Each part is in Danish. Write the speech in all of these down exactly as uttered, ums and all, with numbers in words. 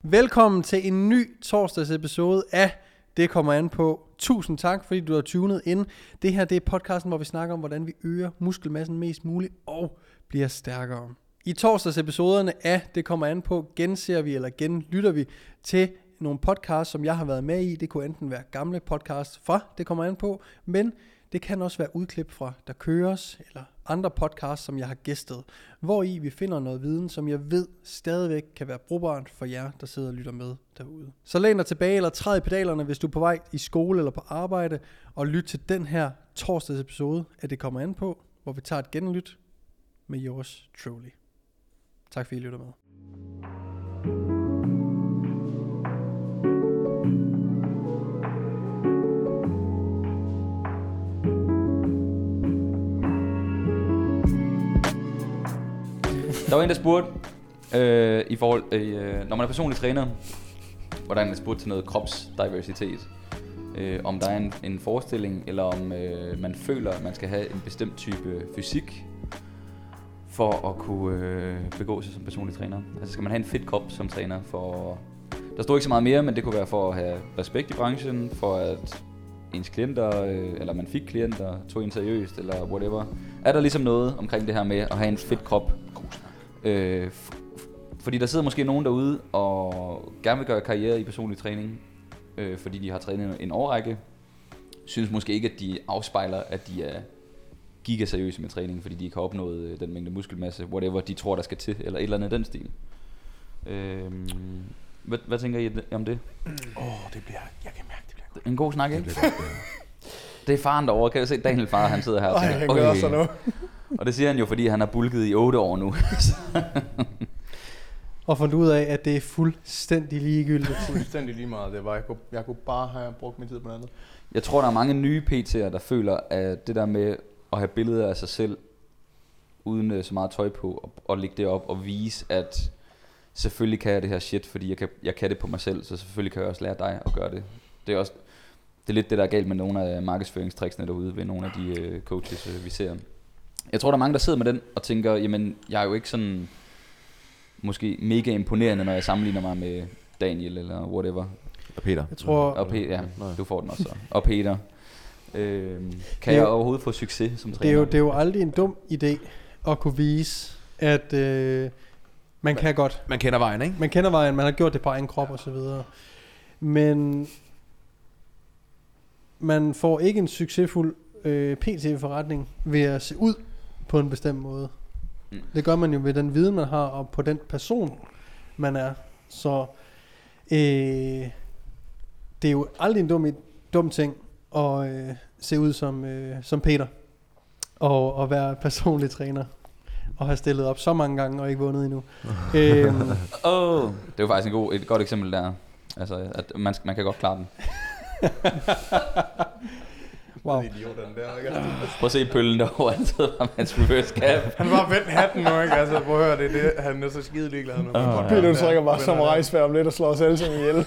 Velkommen til en ny torsdags episode af Det kommer an på. Tusind tak, fordi du har tunet ind. Det her det er podcasten, hvor vi snakker om, hvordan vi øger muskelmassen mest muligt og bliver stærkere. I torsdags episoderne af Det kommer an på, genser vi eller genlytter vi til nogle podcasts, som jeg har været med i. Det kunne enten være gamle podcasts fra Det kommer an på, men det kan også være udklip fra Der køres, eller andre podcasts, som jeg har gæstet, hvor i vi finder noget viden, som jeg ved stadigvæk kan være brugbart for jer, der sidder og lytter med derude. Så læn dig tilbage eller træd i pedalerne, hvis du er på vej i skole eller på arbejde, og lyt til den her torsdags episode af Det kommer an på, hvor vi tager et genlyt med yours truly. Tak fordi I lytter med. Der var en, der spurgte, øh, i forhold, øh, når man er personlig træner, hvordan man spurgte til noget kropsdiversitet. Øh, om der er en, en forestilling, eller om øh, man føler, at man skal have en bestemt type fysik, for at kunne øh, begå sig som personlig træner. Altså skal man have en fit krop som træner, for... Der står ikke så meget mere, men det kunne være for at have respekt i branchen, for at ens klienter, øh, eller man fik klienter, tog en seriøst, eller whatever. Er der ligesom noget omkring det her med at have en fit krop? Øh, f- fordi der sidder måske nogen derude og gerne vil gøre karriere i personlig træning, øh, fordi de har trænet en årrække, synes måske ikke, at de afspejler, at de er gigaseriøse med træning, fordi de ikke har opnået øh, den mængde muskelmasse, whatever de tror, der skal til, eller et eller andet den stil. Øh, hvad, hvad tænker I om det? Åh, oh, det bliver, jeg kan mærke, det bliver godt. En god snak, ikke? Det bliver godt, det er faren derovre, kan du se Daniel far, han sidder her og tænker, tænker, han gør så nu. Og det siger han jo, fordi han har bulket i otte år nu. Og fundet ud af, at det er fuldstændig ligegyldigt. Fuldstændig lige meget det var. Jeg kunne, jeg kunne bare have brugt min tid på noget andet. Jeg tror, der er mange nye P T'er, der føler, at det der med at have billeder af sig selv, uden så meget tøj på, og, og lægge det op og vise, at selvfølgelig kan jeg det her shit, fordi jeg kan, jeg kan det på mig selv, så selvfølgelig kan jeg også lære dig at gøre det. Det er også det er lidt det, der er galt med nogle af markedsføringstricksene derude, ved nogle af de øh, coaches, øh, vi ser. Jeg tror, der er mange, der sidder med den og tænker, jamen, jeg er jo ikke sådan måske mega imponerende, når jeg sammenligner mig med Daniel eller whatever. Og Peter. Jeg tror, og Peter, ja, du får den også så. Og Peter. Øh, kan jeg overhovedet få succes som træner? Det er jo, det er jo aldrig en dum idé at kunne vise, at øh, man kan godt. Man kender vejen, ikke? Man kender vejen, man har gjort det på egen krop og så videre. Men man får ikke en succesfuld øh, P T-forretning ved at se ud på en bestemt måde. Mm. Det gør man jo ved den viden, man har, og på den person, man er. Så øh, det er jo aldrig en dum, dum ting at øh, se ud som, øh, som Peter, og, og være personlig træner, og have stillet op så mange gange, og ikke vundet endnu. øhm. oh, det er jo faktisk en god, et godt eksempel der. Altså, at man, man kan godt klare den. Wow. Prøv at se pøllen derovre, han sidder bare med hans reverse cap. Han var vendt hatten nu, ikke? Altså, prøv at høre, det er det. Han er så skide ligeglad nu. Oh, Peter, du trækker bare som rejsfærd om lidt og slår os alle sammen ihjel.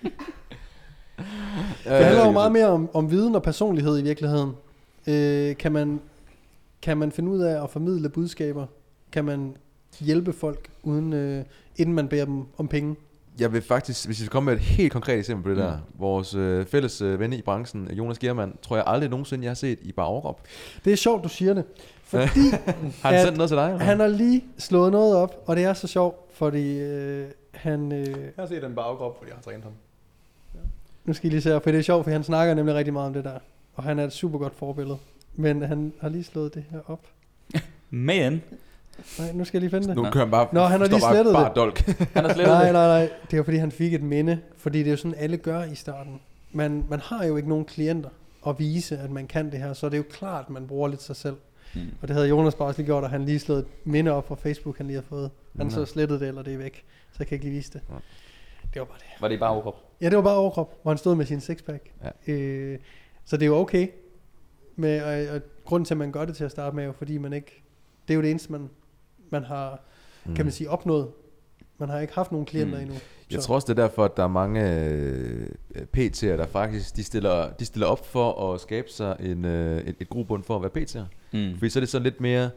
Det handler jo meget mere om, om viden og personlighed i virkeligheden. Øh, kan, man, kan man finde ud af at formidle budskaber? Kan man hjælpe folk, uden, øh, inden man beder dem om penge? Jeg vil faktisk, hvis vi skal komme med et helt konkret eksempel på det der. Mm. Vores øh, fælles øh, ven i branchen, Jonas Germann, tror jeg aldrig nogensinde, jeg har set i bare overkrop. Det er sjovt, du siger det. Fordi har han sendt noget til dig? Eller? Han har lige slået noget op, og det er så sjovt, fordi øh, han... Øh, jeg har set den bare overkrop, fordi jeg har trænet ham. Ja. Nu skal I lige se, for det er sjovt, for han snakker nemlig rigtig meget om det der. Og han er et super godt forbillede. Men han har lige slået det her op. Men... Nej, nu skal jeg lige finde det. Nu kører han bare... Nå, han har lige slettet bare, det. Bare dolk. Han har slettet nej, det. nej, nej. Det er fordi han fik et minde. Fordi det er jo sådan, alle gør i starten. Man, man har jo ikke nogen klienter at vise, at man kan det her. Så det er jo klart, at man bruger lidt sig selv. Mm. Og det havde Jonas bare også lige gjort, og han lige slået et minde op fra Facebook, han lige har fået. Han mm. så slettet det, eller det er væk. Så jeg kan ikke lige vise det. Ja. Det var bare det. Var det bare overkrop? Ja, det var bare overkrop, hvor han stod med sin sixpack. Ja. Øh, så det er jo okay. Med, og, og grunden til, at man gør det til at starte med, er jo fordi man ikke... Det er jo det eneste, man, man har, mm. kan man sige, opnået. Man har ikke haft nogen klienter mm. endnu. Jeg tror også, det er derfor, at der er mange øh, P T'er, der faktisk de stiller, de stiller op for at skabe sig en, øh, et, et grobund for at være P T'er. Mm. Fordi så er det sådan lidt mere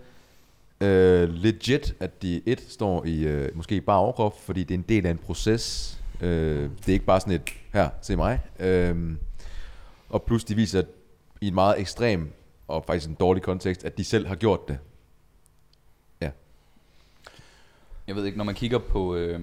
øh, legit, at de et står i øh, måske i bare overkrop, fordi det er en del af en proces, Øh, det er ikke bare sådan et, her, se mig. Øh, og plus de viser i en meget ekstrem og faktisk en dårlig kontekst, at de selv har gjort det. Ja. Jeg ved ikke, når man kigger på... Øh,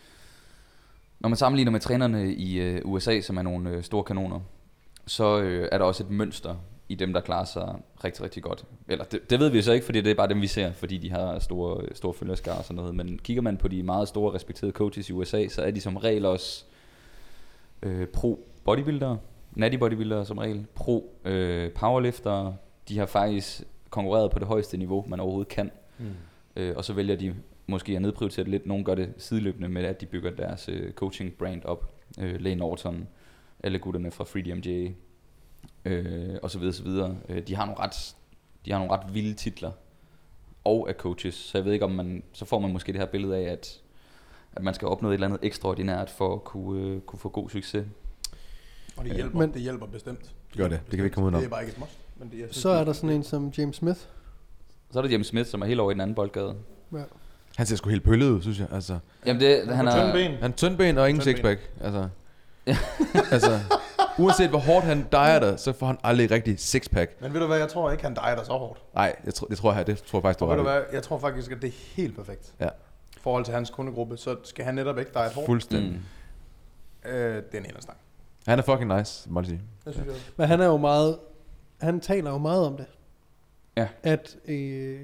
når man sammenligner med trænerne i øh, U S A, som er nogle øh, store kanoner, så øh, er der også et mønster i dem, der klarer sig rigtig, rigtig godt. Eller det, det ved vi så ikke, fordi det er bare dem, vi ser, fordi de har store, store følgerskare og sådan noget. Men kigger man på de meget store respekterede coaches i U S A, så er de som regel også øh, pro-bodybuildere, natty bodybuildere som regel, pro-powerliftere. De har faktisk konkurreret på det højeste niveau, man overhovedet kan. Mm. Øh, og så vælger de måske at nedprioritere det lidt. Nogle gør det sideløbende med, at de bygger deres øh, coaching-brand op. Øh, Lane Norton, alle gutterne fra Free D M J, øh, og så videre, så videre. Øh, de har nogle ret, de har nogle ret vilde titler og er coaches. Så jeg ved ikke om man, så får man måske det her billede af, at at man skal opnå et eller andet ekstraordinært for at kunne, øh, kunne få god succes. Og det hjælper, men, det hjælper bestemt. Det gør det, det kan vi ikke komme ud af. Det er bare ikke et must. Men det, synes, så er der sådan en som James Smith. Så er der James Smith, som er helt over i den anden boldgade. Ja. Han ser sgu helt pøllet ud, synes jeg. Altså. Jamen det, han, han er... Tyndben. Han er tyndben og ingen sixpack. Altså. altså, uanset hvor hårdt han dieter, så får han aldrig rigtig sixpack. Men ved du hvad, jeg tror ikke, han dieter så hårdt. Nej, jeg tror, det tror jeg, det tror jeg faktisk, du har ret. Ved du hvad, jeg tror faktisk, at det er helt perfekt. Ja. I forhold til hans kundegruppe, så skal han netop ikke diet hårdt. Fuldstændig. Mm. Øh, det er en anden snak. Han er fucking nice, må jeg sige. Det synes ja. jeg. Men han er jo meget, han taler jo meget om det. Ja. At øh,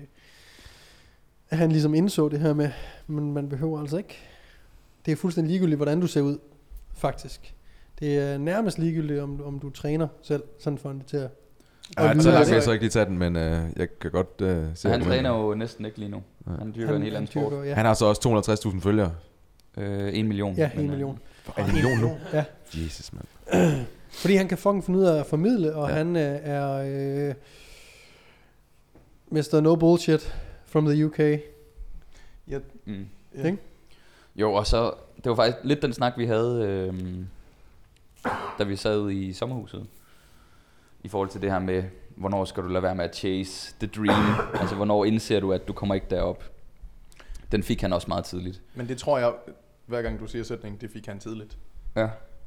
han ligesom indså det her med, men man behøver altså ikke. Det er fuldstændig ligegyldigt, hvordan du ser ud, faktisk. Det er nærmest ligegyldigt, om, om du træner selv, sådan får han det til at... Ja, så langt kan jeg så ikke lige tage den, men øh, jeg kan godt øh, se... Han træner jo næsten ikke lige nu. Ja. Han dyrker han, en helt anden sport. Ja. Han har så også to hundrede og tres tusind følgere. Øh, en million. Ja, en million. En million nu? Ja. Jesus, man. Fordi han kan fucking finde ud af at formidle, og ja. han øh, er... Øh, mister No Bullshit from the U K. Ja. Mm. Ja. Jo, og så... Det var faktisk lidt den snak, vi havde... Øh, da vi sad ude i sommerhuset. I forhold til det her med, hvornår skal du lade være med at chase the dream? Altså, hvornår indser du, at du kommer ikke derop? Den fik han også meget tidligt. Men det tror jeg, hver gang du siger sætningen, det fik han tidligt. Ja.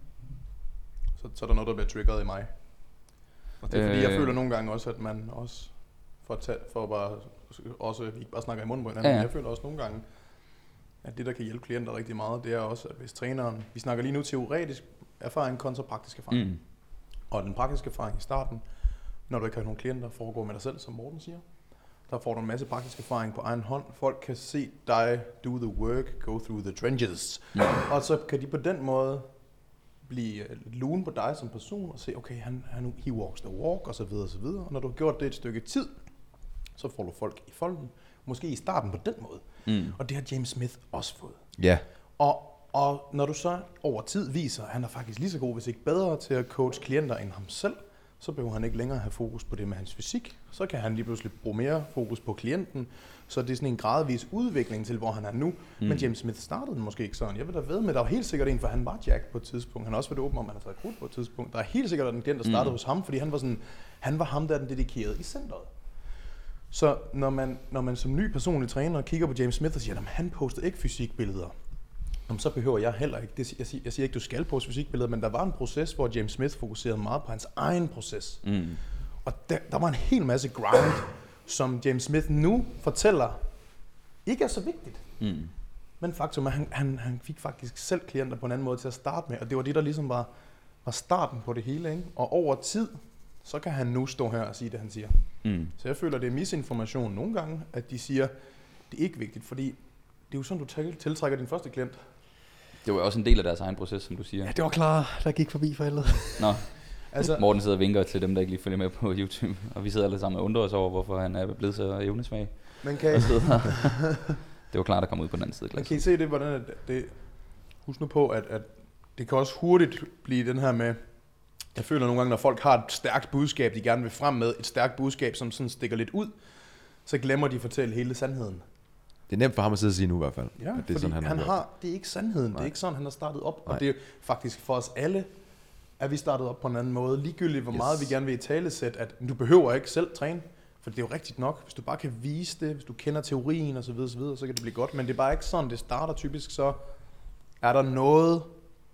Så, så er der noget, der bliver triggeret i mig. Og det er fordi, øh, jeg føler nogle gange også, at man også, for at, tage, for at bare, også, vi ikke bare snakker i munden på hinanden, ja, ja. Men jeg føler også nogle gange, at det, der kan hjælpe klienter rigtig meget, det er også, at hvis træneren, vi snakker lige nu teoretisk erfaring kontra praktisk erfaring. Mm. Og den praktiske erfaring i starten, når du ikke har nogen klienter, foregår med dig selv, som Morten siger. Der får du en masse praktisk erfaring på egen hånd. Folk kan se dig do the work, go through the trenches. Ja. Og så kan de på den måde blive lune på dig som person og se, okay, han, han he walks the walk, og så videre, og så videre. Og når du har gjort det et stykke tid, så får du folk i folden. Måske i starten på den måde. Mm. Og det har James Smith også fået. Ja. Yeah. Og Og når du så over tid viser, at han er faktisk lige så god, hvis ikke bedre til at coach klienter end ham selv, så behøver han ikke længere have fokus på det med hans fysik. Så kan han lige pludselig bruge mere fokus på klienten. Så det er sådan en gradvis udvikling til, hvor han er nu. Mm. Men James Smith startede den måske ikke sådan. Jeg vil da ved med, der var helt sikkert en, for han var Jack på et tidspunkt. Han har også været åben om, at han havde været på et tidspunkt. Der er helt sikkert en klient, der startede mm. hos ham, fordi han var, sådan, han var ham, der er den dedikerede i centret. Så når man, når man som ny personlig træner kigger på James Smith og siger, at han postede ikke fysikbilleder, så behøver jeg heller ikke. Det, jeg, siger, jeg siger ikke, du skal poste fysikbilleder, men der var en proces, hvor James Smith fokuserede meget på hans egen proces. Mm. Og der, der var en hel masse ground, som James Smith nu fortæller, ikke er så vigtigt. Mm. Men faktum er, at han, han, han fik faktisk selv klienter på en anden måde til at starte med, og det var det, der ligesom var, var starten på det hele. Ikke? Og over tid, så kan han nu stå her og sige det, han siger. Mm. Så jeg føler, det er misinformation nogle gange, at de siger, det er ikke vigtigt, fordi det er jo sådan, du tiltrækker din første klient. Det var også en del af deres egen proces, som du siger. Ja, det var klar, der gik forbi for helvede. Nå, altså, Morten sidder og vinker til dem, der ikke lige følger med på YouTube. Og vi sidder alle sammen og undrer os over, hvorfor han er blevet så evnesvag. Men kan I... Det var klart, der kom ud på den anden side. Men kan I se det, hvordan det... Husk nu på, at, at det kan også hurtigt blive den her med... Jeg føler nogle gange, når folk har et stærkt budskab, de gerne vil frem med, et stærkt budskab, som sådan stikker lidt ud, så glemmer de at fortælle hele sandheden. Det er nemt for ham at sidde og sige nu i hvert fald. Ja, at det er sådan, han, han har, har, det er ikke sandheden. Nej. Det er ikke sådan, han har startet op. Nej. Og det er faktisk for os alle, at vi startede op på en anden måde. Ligegyldigt, hvor yes. meget vi gerne vil i talesæt, at du behøver ikke selv træne. For det er jo rigtigt nok. Hvis du bare kan vise det, hvis du kender teorien osv., så, videre, så, videre, så kan det blive godt. Men det er bare ikke sådan, det starter typisk. Så er der noget,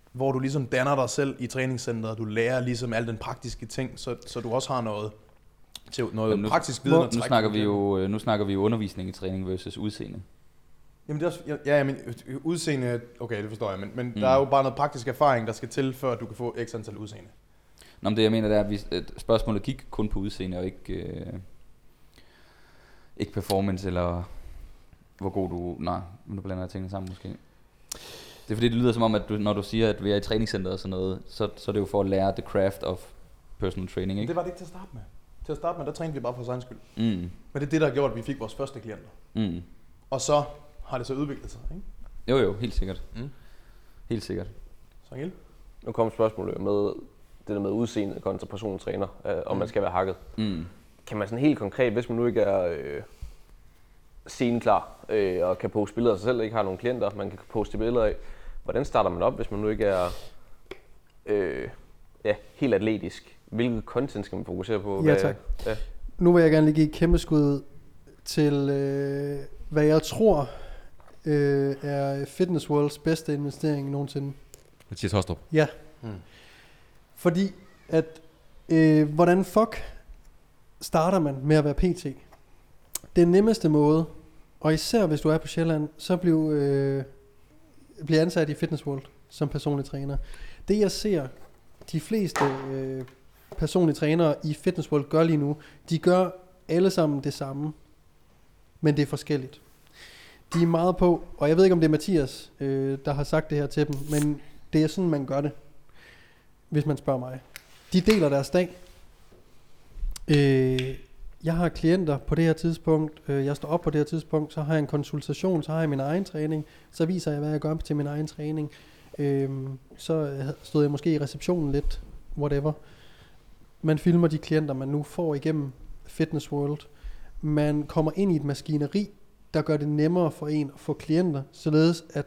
hvor du ligesom danner dig selv i træningscenteret, du lærer ligesom alle den praktiske ting, så, så du også har noget, til, noget nu, praktisk viden at nu trække. snakker vi jo nu snakker vi jo undervisning i træning versus udseende. Jamen det er også, ja, ja, men udseende, okay, det forstår jeg, men, men mm. der er jo bare noget praktisk erfaring, der skal til, før du kan få x antal udseende. Nå, men det jeg mener, det er, at, vi, at spørgsmålet gik kun på udseende, og ikke, øh, ikke performance, eller hvor god du... Nej, men nu blander jeg tingene sammen måske. Det er fordi, det lyder som om, at du, når du siger, at vi er i træningscenteret og sådan noget, så, så er det jo for at lære the craft of personal training, ikke? Det var det ikke til at starte med. Til at starte med, der trænede vi bare for sin skyld. Mm. Men det er det, der har gjort, at vi fik vores første klienter. Mm. Og så har det så udviklet sig, ikke? Jo jo, helt sikkert. Mm. Helt sikkert. Så Engel? Nu kommer spørgsmålet med det der med udseende kontra personlig træner, øh, om mm. man skal være hakket. Mm. Kan man sådan helt konkret, hvis man nu ikke er øh, sceneklar øh, og kan poste billeder af sig selv, ikke har nogen klienter, man kan poste billeder af, hvordan starter man op, hvis man nu ikke er øh, ja, helt atletisk? Hvilket content skal man fokusere på? Ja, tak. Ja. Nu vil jeg gerne lige give et kæmpe skud til, øh, hvad jeg tror øh, er Fitness Worlds bedste investering nogensinde. Mathias Hostrup. Ja. Mm. Fordi at, øh, hvordan fuck starter man med at være P T? Den nemmeste måde, og især hvis du er på Sjælland, så bliver øh, bliver ansat i Fitness World som personlig træner. Det jeg ser de fleste øh, personlige trænere i Fitness World gør lige nu, de gør alle sammen det samme, men det er forskelligt. De er meget på, og jeg ved ikke om det er Mathias, øh, der har sagt det her til dem, men det er sådan man gør det, hvis man spørger mig. De deler deres dag. Øh, jeg har klienter på det her tidspunkt, øh, jeg står op på det her tidspunkt, så har jeg en konsultation, så har jeg min egen træning, så viser jeg, hvad jeg gør til min egen træning. Øh, så stod jeg måske i receptionen lidt, whatever. Man filmer de klienter, man nu får igennem Fitness World. Man kommer ind i et maskineri, der gør det nemmere for en at få klienter, således at,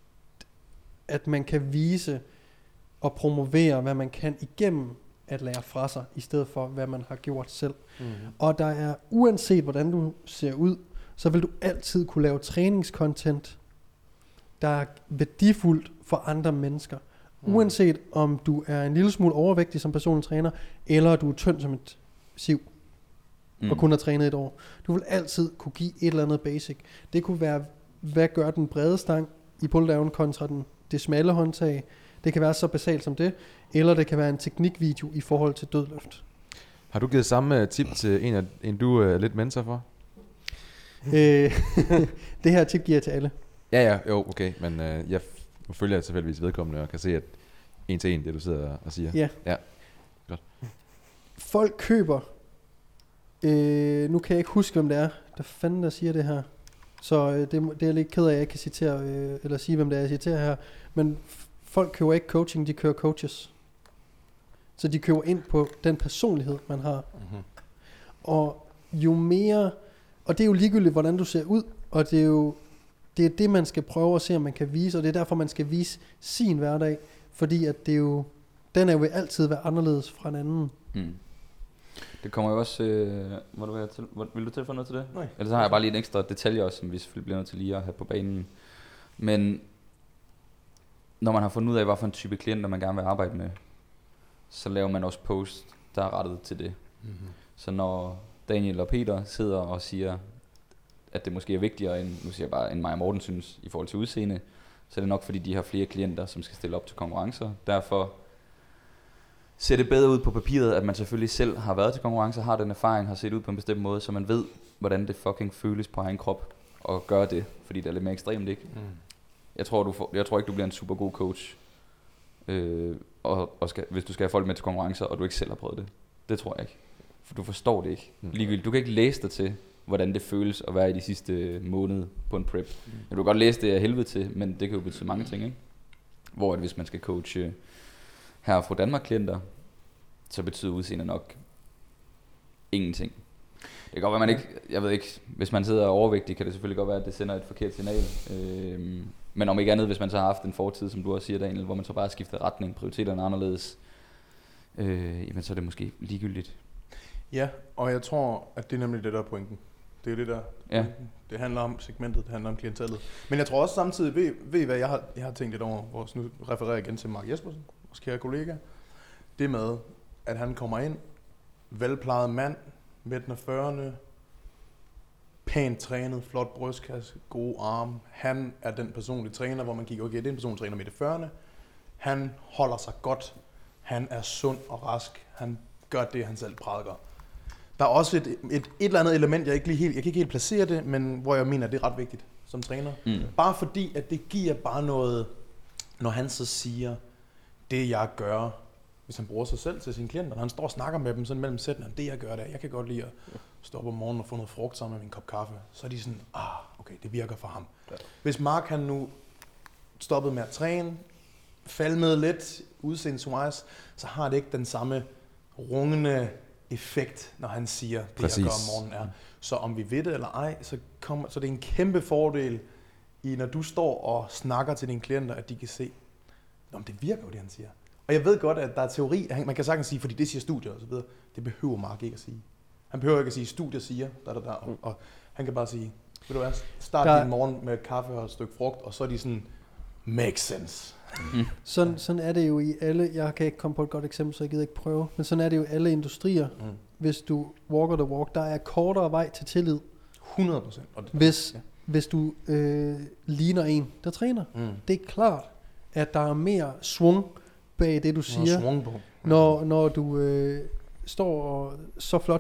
at man kan vise og promovere, hvad man kan igennem at lære fra sig, i stedet for, hvad man har gjort selv. Mm. Og der er, uanset hvordan du ser ud, så vil du altid kunne lave træningscontent, der er værdifuldt for andre mennesker. Mm. Uanset om du er en lille smule overvægtig som personlig træner, eller du er tynd som et siv, mm. og kun har trænet et år. Du vil altid kunne give et eller andet basic. Det kunne være, hvad gør den brede stang i pull-down kontra den, det smalle håndtag. Det kan være så basalt som det, eller det kan være en teknikvideo i forhold til dødløft. Har du givet samme tip til en, af, en du er lidt mentor for? øh, det her tip giver jeg til alle. Ja, ja, jo, okay, men øh, jeg følger selvfølgelig vedkommende og kan se, at en til en, det du sidder og siger. Ja. Ja, godt. Folk køber, øh, nu kan jeg ikke huske, hvem det er, der fanden der siger det her, så øh, det, det er jeg lidt ked af, at jeg ikke kan citere, øh, eller sige, hvem det er, jeg citerer her, men f- folk køber ikke coaching, de køber coaches. Så de køber ind på den personlighed, man har. Mm-hmm. Og jo mere, og det er jo ligegyldigt, hvordan du ser ud, og det er jo det, er det man skal prøve at se, om man kan vise, og det er derfor, man skal vise sin hverdag, fordi at det er jo, den er jo altid være anderledes fra en anden. Mm. Det kommer jo også, øh, må du være til, må, vil du tilføje noget til det? Nej. Ellers så har jeg bare lige en ekstra detalje også, som vi selvfølgelig bliver nødt til lige at have på banen. Men når man har fundet ud af, hvad for en type klienter man gerne vil arbejde med, så laver man også post, der er rettet til det. Mm-hmm. Så når Daniel og Peter sidder og siger, at det måske er vigtigere end, nu siger jeg bare, end mig og Morten synes, i forhold til udseende, så er det nok fordi, de har flere klienter, som skal stille op til konkurrencer. Derfor ser det bedre ud på papiret, at man selvfølgelig selv har været til konkurrencer, har den erfaring, har set ud på en bestemt måde, så man ved, hvordan det fucking føles på egen krop at gøre det, fordi det er lidt mere ekstremt, ikke? Mm. Jeg tror, du får, jeg tror ikke, du bliver en super god coach, øh, og, og skal, hvis du skal have folk med til konkurrencer, og du ikke selv har prøvet det. Det tror jeg ikke. For du forstår det ikke. Mm. Ligegyldigt. Du kan ikke læse dig til, hvordan det føles at være i de sidste måned på en prep. Mm. Du kan godt læse det af helvede til, men det kan jo betyde mange ting, ikke? Hvor at hvis man skal coache her fra Danmark-klienter, så betyder udseende nok ingenting. Det kan godt være, man ikke, jeg ved ikke, hvis man sidder overvægtig, kan det selvfølgelig godt være, at det sender et forkert signal. Øhm, men om ikke andet, hvis man så har haft en fortid, som du også siger, Daniel, hvor man så bare skifter retning, prioriteterne anderledes, øh, jamen så er det måske ligegyldigt. Ja, og jeg tror, at det er nemlig det, der er pointen. Det er jo det der. Ja. Det handler om segmentet, det handler om klientellet. Men jeg tror også samtidig, ved, ved I hvad jeg har, jeg har tænkt lidt over, hvor nu refererer jeg igen til Mark Jespersen, vores kære kollega. Det med, at han kommer ind, velplejet mand, midten af fyrrerne, pænt trænet, flot brystkasse, gode arme. Han er den personlige træner, hvor man kigger, okay, det er en personlig træner midt i fyrrerne. Han holder sig godt. Han er sund og rask. Han gør det, han selv prædiker. Der er også et, et, et eller andet element, jeg ikke lige helt, jeg kan ikke helt placere det, men hvor jeg mener, det er ret vigtigt som træner. Mm. Bare fordi, at det giver bare noget, når han så siger, det jeg gør, hvis han bruger sig selv til sine klienter, når han står og snakker med dem sådan mellem sætningerne, det jeg gør der, jeg kan godt lide at stå op om morgenen og få noget frugt sammen med min kop kaffe, så er de sådan, ah, okay, det virker for ham. Ja. Hvis Mark han nu stoppede med at træne, falmede lidt, udseendeswise, så har det ikke den samme rungende effekt, når han siger, det Præcis. jeg gør om morgenen er. Så om vi ved det eller ej, så, kommer, så det er en kæmpe fordel, i når du står og snakker til dine klienter, at de kan se, om det virker jo det, han siger. Og jeg ved godt, at der er teori, man kan sagtens sige, fordi det siger studier og så videre, det behøver Mark ikke at sige. Han behøver ikke at sige, studier siger, der, der, der, og, og han kan bare sige, ved du hvad, start der... din morgen med kaffe og et stykke frugt, og så er de sådan, makes sense. Mm. Sådan, sådan er det jo i alle, jeg kan ikke komme på et godt eksempel, så jeg gider ikke prøve, men sådan er det jo i alle industrier. Mm. Hvis du walker the walk, der er kortere vej til tillid. hundrede procent. Hvis, ja. hvis du øh, ligner en, der træner. Mm. Det er klart, at der er mere svung bag det, du siger. Svung på. Når, når du øh, står og så flot